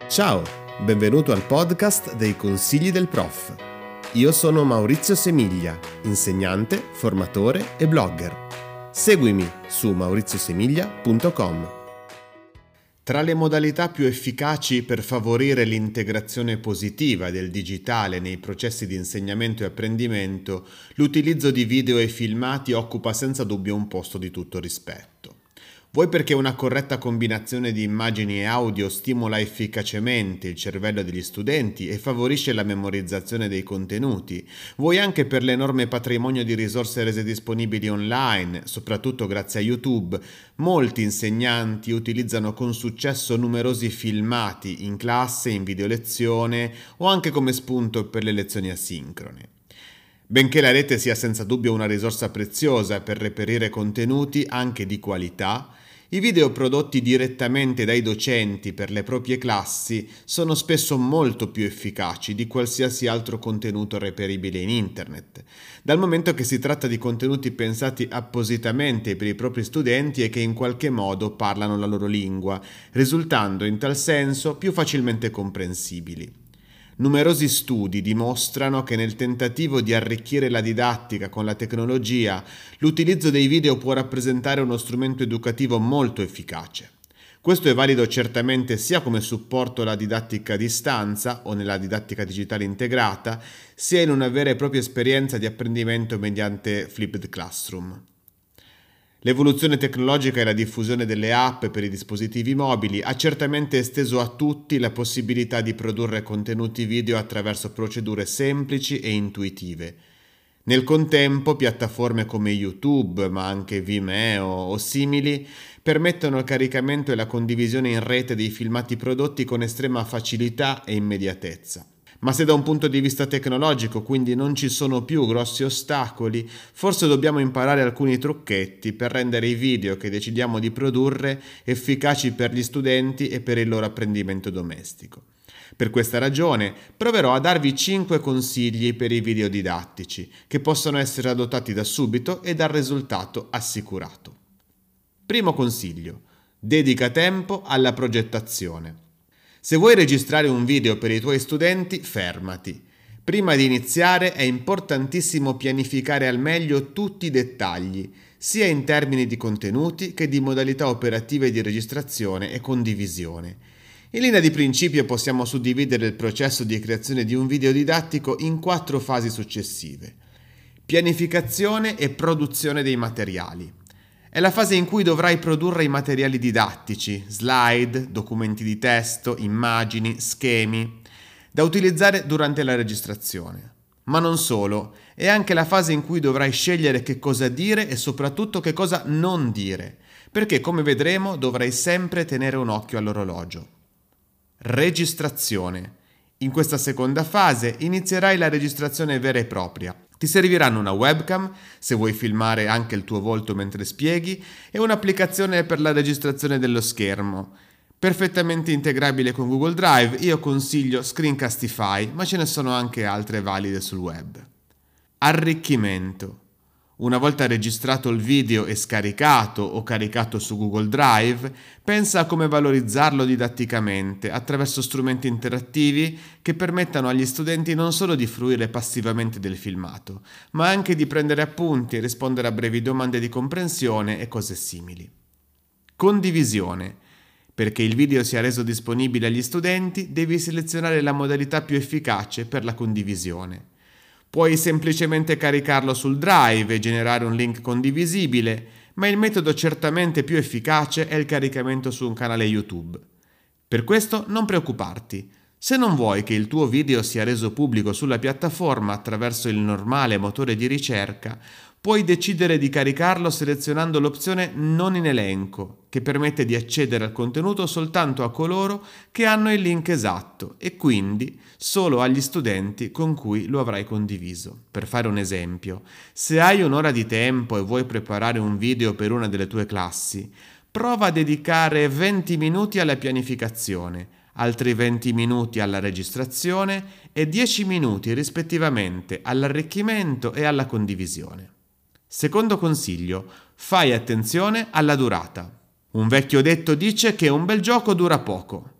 Ciao, benvenuto al podcast dei consigli del prof. Io sono Maurizio Semiglia, insegnante, formatore e blogger. Seguimi su mauriziosemiglia.com. Tra le modalità più efficaci per favorire l'integrazione positiva del digitale nei processi di insegnamento e apprendimento, l'utilizzo di video e filmati occupa senza dubbio un posto di tutto rispetto. Vuoi perché una corretta combinazione di immagini e audio stimola efficacemente il cervello degli studenti e favorisce la memorizzazione dei contenuti, vuoi anche per l'enorme patrimonio di risorse rese disponibili online, soprattutto grazie a YouTube. Molti insegnanti utilizzano con successo numerosi filmati in classe, in videolezione o anche come spunto per le lezioni asincrone. Benché la rete sia senza dubbio una risorsa preziosa per reperire contenuti anche di qualità, i video prodotti direttamente dai docenti per le proprie classi sono spesso molto più efficaci di qualsiasi altro contenuto reperibile in internet, dal momento che si tratta di contenuti pensati appositamente per i propri studenti e che in qualche modo parlano la loro lingua, risultando in tal senso più facilmente comprensibili. Numerosi studi dimostrano che nel tentativo di arricchire la didattica con la tecnologia, l'utilizzo dei video può rappresentare uno strumento educativo molto efficace. Questo è valido certamente sia come supporto alla didattica a distanza o nella didattica digitale integrata, sia in una vera e propria esperienza di apprendimento mediante flipped classroom. L'evoluzione tecnologica e la diffusione delle app per i dispositivi mobili ha certamente esteso a tutti la possibilità di produrre contenuti video attraverso procedure semplici e intuitive. Nel contempo, piattaforme come YouTube, ma anche Vimeo o simili, permettono il caricamento e la condivisione in rete dei filmati prodotti con estrema facilità e immediatezza. Ma se da un punto di vista tecnologico quindi non ci sono più grossi ostacoli, forse dobbiamo imparare alcuni trucchetti per rendere i video che decidiamo di produrre efficaci per gli studenti e per il loro apprendimento domestico. Per questa ragione proverò a darvi 5 consigli per i video didattici, che possono essere adottati da subito e dal risultato assicurato. Primo consiglio: dedica tempo alla progettazione. Se vuoi registrare un video per i tuoi studenti, fermati. Prima di iniziare è importantissimo pianificare al meglio tutti i dettagli, sia in termini di contenuti che di modalità operative di registrazione e condivisione. In linea di principio possiamo suddividere il processo di creazione di un video didattico in 4 fasi successive: pianificazione e produzione dei materiali. È la fase in cui dovrai produrre i materiali didattici, slide, documenti di testo, immagini, schemi, da utilizzare durante la registrazione. Ma non solo, è anche la fase in cui dovrai scegliere che cosa dire e soprattutto che cosa non dire, perché come vedremo dovrai sempre tenere un occhio all'orologio. Registrazione. In questa seconda fase inizierai la registrazione vera e propria. Ti serviranno una webcam, se vuoi filmare anche il tuo volto mentre spieghi, e un'applicazione per la registrazione dello schermo. Perfettamente integrabile con Google Drive, io consiglio Screencastify, ma ce ne sono anche altre valide sul web. Arricchimento. Una volta registrato il video e scaricato o caricato su Google Drive, pensa a come valorizzarlo didatticamente attraverso strumenti interattivi che permettano agli studenti non solo di fruire passivamente del filmato, ma anche di prendere appunti, rispondere a brevi domande di comprensione e cose simili. Condivisione. Perché il video sia reso disponibile agli studenti, devi selezionare la modalità più efficace per la condivisione. Puoi semplicemente caricarlo sul Drive e generare un link condivisibile, ma il metodo certamente più efficace è il caricamento su un canale YouTube. Per questo non preoccuparti. Se non vuoi che il tuo video sia reso pubblico sulla piattaforma attraverso il normale motore di ricerca, puoi decidere di caricarlo selezionando l'opzione Non in elenco, che permette di accedere al contenuto soltanto a coloro che hanno il link esatto e quindi solo agli studenti con cui lo avrai condiviso. Per fare un esempio, se hai un'ora di tempo e vuoi preparare un video per una delle tue classi, prova a dedicare 20 minuti alla pianificazione, altri 20 minuti alla registrazione e 10 minuti rispettivamente all'arricchimento e alla condivisione. Secondo consiglio, fai attenzione alla durata. Un vecchio detto dice che un bel gioco dura poco.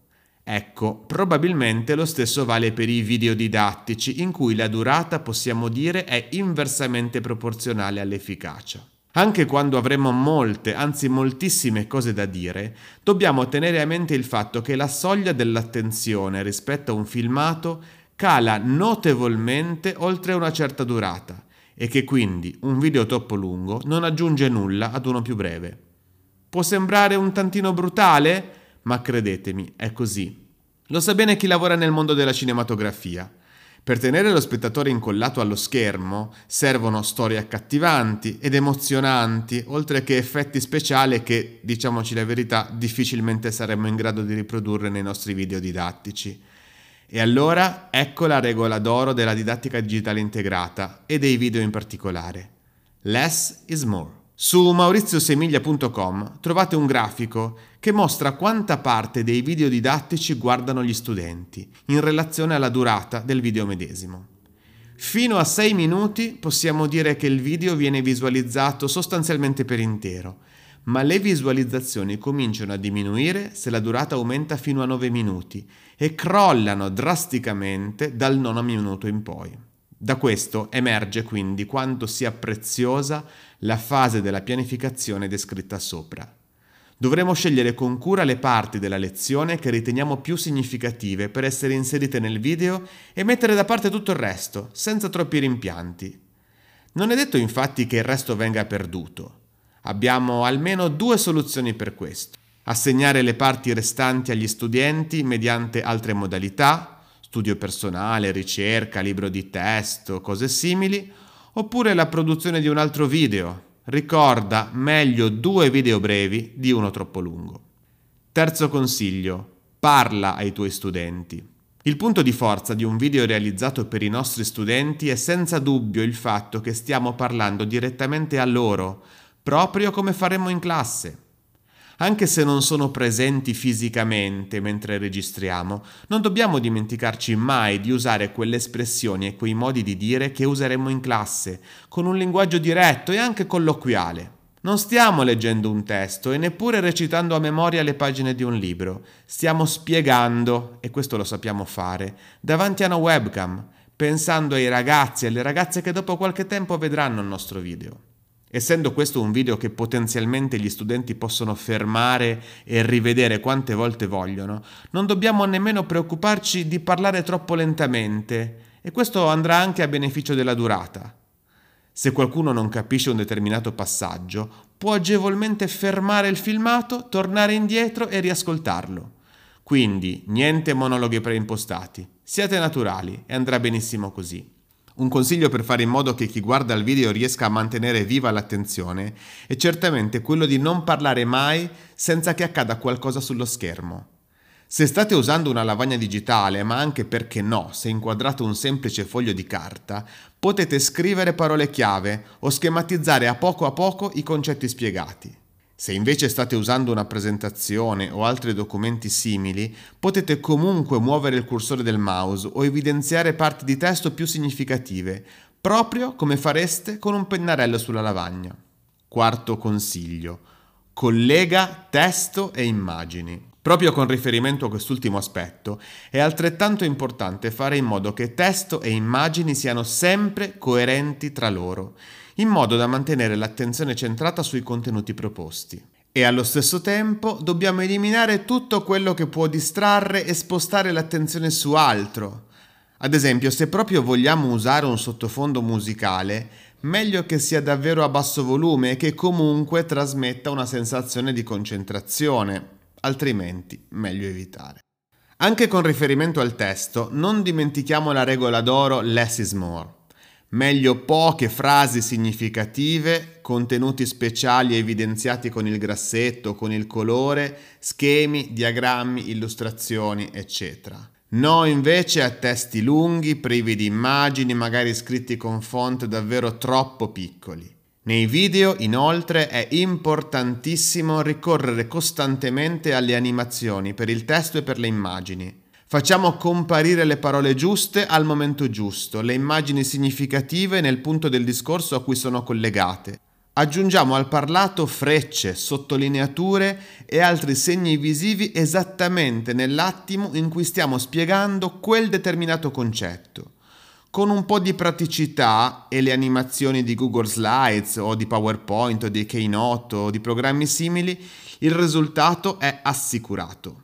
Ecco, probabilmente lo stesso vale per i video didattici, in cui la durata, possiamo dire, è inversamente proporzionale all'efficacia. Anche quando avremo molte, anzi moltissime cose da dire, dobbiamo tenere a mente il fatto che la soglia dell'attenzione rispetto a un filmato cala notevolmente oltre una certa durata e che quindi un video troppo lungo non aggiunge nulla ad uno più breve. Può sembrare un tantino brutale? Ma credetemi, è così. Lo sa bene chi lavora nel mondo della cinematografia. Per tenere lo spettatore incollato allo schermo servono storie accattivanti ed emozionanti, oltre che effetti speciali che, diciamoci la verità, difficilmente saremmo in grado di riprodurre nei nostri video didattici. E allora ecco la regola d'oro della didattica digitale integrata e dei video in particolare. Less is more. Su mauriziosemiglia.com trovate un grafico che mostra quanta parte dei video didattici guardano gli studenti in relazione alla durata del video medesimo. Fino a 6 minuti possiamo dire che il video viene visualizzato sostanzialmente per intero, ma le visualizzazioni cominciano a diminuire se la durata aumenta fino a 9 minuti e crollano drasticamente dal 9 minuto in poi. Da questo emerge quindi quanto sia preziosa la fase della pianificazione descritta sopra. Dovremo scegliere con cura le parti della lezione che riteniamo più significative per essere inserite nel video e mettere da parte tutto il resto, senza troppi rimpianti. Non è detto infatti che il resto venga perduto. Abbiamo almeno 2 soluzioni per questo. Assegnare le parti restanti agli studenti mediante altre modalità, studio personale, ricerca, libro di testo, cose simili, oppure la produzione di un altro video. Ricorda, meglio 2 video brevi di uno troppo lungo. Terzo consiglio, parla ai tuoi studenti. Il punto di forza di un video realizzato per i nostri studenti è senza dubbio il fatto che stiamo parlando direttamente a loro, proprio come faremmo in classe. Anche se non sono presenti fisicamente mentre registriamo, non dobbiamo dimenticarci mai di usare quelle espressioni e quei modi di dire che useremmo in classe, con un linguaggio diretto e anche colloquiale. Non stiamo leggendo un testo e neppure recitando a memoria le pagine di un libro. Stiamo spiegando, e questo lo sappiamo fare, davanti a una webcam, pensando ai ragazzi e alle ragazze che dopo qualche tempo vedranno il nostro video. Essendo questo un video che potenzialmente gli studenti possono fermare e rivedere quante volte vogliono, non dobbiamo nemmeno preoccuparci di parlare troppo lentamente e questo andrà anche a beneficio della durata. Se qualcuno non capisce un determinato passaggio, può agevolmente fermare il filmato, tornare indietro e riascoltarlo. Quindi niente monologhi preimpostati, siate naturali e andrà benissimo così. Un consiglio per fare in modo che chi guarda il video riesca a mantenere viva l'attenzione è certamente quello di non parlare mai senza che accada qualcosa sullo schermo. Se state usando una lavagna digitale, ma anche perché no, se inquadrate un semplice foglio di carta, potete scrivere parole chiave o schematizzare a poco i concetti spiegati. Se invece state usando una presentazione o altri documenti simili, potete comunque muovere il cursore del mouse o evidenziare parti di testo più significative, proprio come fareste con un pennarello sulla lavagna. Quarto consiglio: collega testo e immagini. Proprio con riferimento a quest'ultimo aspetto, è altrettanto importante fare in modo che testo e immagini siano sempre coerenti tra loro, in modo da mantenere l'attenzione centrata sui contenuti proposti. E allo stesso tempo dobbiamo eliminare tutto quello che può distrarre e spostare l'attenzione su altro. Ad esempio, se proprio vogliamo usare un sottofondo musicale, meglio che sia davvero a basso volume e che comunque trasmetta una sensazione di concentrazione, altrimenti meglio evitare. Anche con riferimento al testo, non dimentichiamo la regola d'oro less is more. Meglio poche frasi significative, contenuti speciali evidenziati con il grassetto, con il colore, schemi, diagrammi, illustrazioni, eccetera. No invece a testi lunghi, privi di immagini, magari scritti con font davvero troppo piccoli. Nei video, inoltre, è importantissimo ricorrere costantemente alle animazioni per il testo e per le immagini. Facciamo comparire le parole giuste al momento giusto, le immagini significative nel punto del discorso a cui sono collegate. Aggiungiamo al parlato frecce, sottolineature e altri segni visivi esattamente nell'attimo in cui stiamo spiegando quel determinato concetto. Con un po' di praticità e le animazioni di Google Slides o di PowerPoint o di Keynote o di programmi simili, il risultato è assicurato.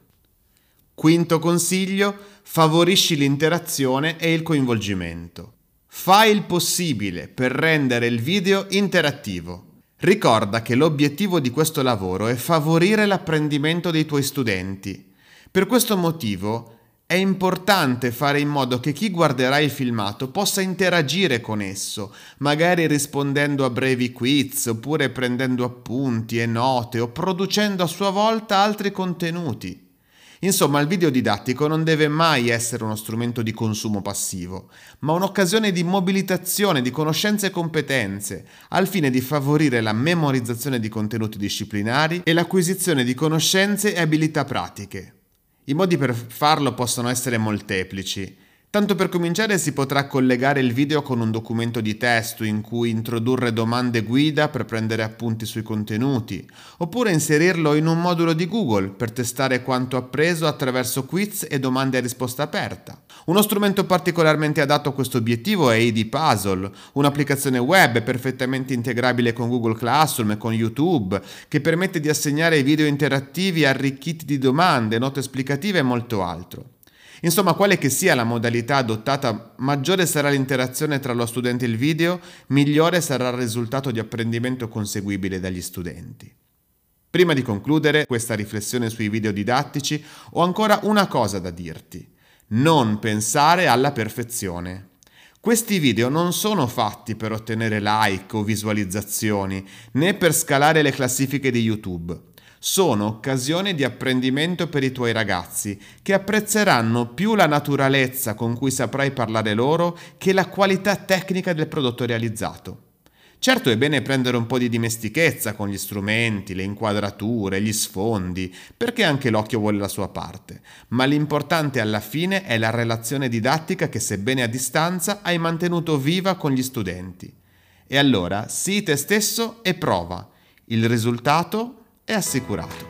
Quinto consiglio: favorisci l'interazione e il coinvolgimento. Fai il possibile per rendere il video interattivo. Ricorda che l'obiettivo di questo lavoro è favorire l'apprendimento dei tuoi studenti. Per questo motivo è importante fare in modo che chi guarderà il filmato possa interagire con esso, magari rispondendo a brevi quiz, oppure prendendo appunti e note o producendo a sua volta altri contenuti. Insomma, il video didattico non deve mai essere uno strumento di consumo passivo, ma un'occasione di mobilitazione di conoscenze e competenze, al fine di favorire la memorizzazione di contenuti disciplinari e l'acquisizione di conoscenze e abilità pratiche. I modi per farlo possono essere molteplici. Tanto per cominciare si potrà collegare il video con un documento di testo in cui introdurre domande guida per prendere appunti sui contenuti, oppure inserirlo in un modulo di Google per testare quanto appreso attraverso quiz e domande a risposta aperta. Uno strumento particolarmente adatto a questo obiettivo è Edpuzzle, un'applicazione web perfettamente integrabile con Google Classroom e con YouTube, che permette di assegnare video interattivi arricchiti di domande, note esplicative e molto altro. Insomma, quale che sia la modalità adottata, maggiore sarà l'interazione tra lo studente e il video, migliore sarà il risultato di apprendimento conseguibile dagli studenti. Prima di concludere questa riflessione sui video didattici, ho ancora una cosa da dirti: non pensare alla perfezione. Questi video non sono fatti per ottenere like o visualizzazioni, né per scalare le classifiche di YouTube. Sono occasione di apprendimento per i tuoi ragazzi, che apprezzeranno più la naturalezza con cui saprai parlare loro che la qualità tecnica del prodotto realizzato. Certo, è bene prendere un po' di dimestichezza con gli strumenti, le inquadrature, gli sfondi, perché anche l'occhio vuole la sua parte, ma l'importante alla fine è la relazione didattica che, sebbene a distanza, hai mantenuto viva con gli studenti. E allora, sii te stesso e prova. Il risultato è assicurato.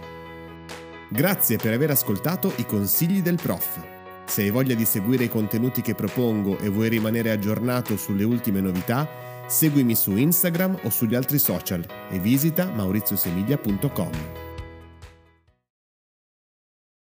Grazie per aver ascoltato i consigli del prof. Se hai voglia di seguire i contenuti che propongo e vuoi rimanere aggiornato sulle ultime novità, seguimi su Instagram o sugli altri social e visita mauriziosemiglia.com.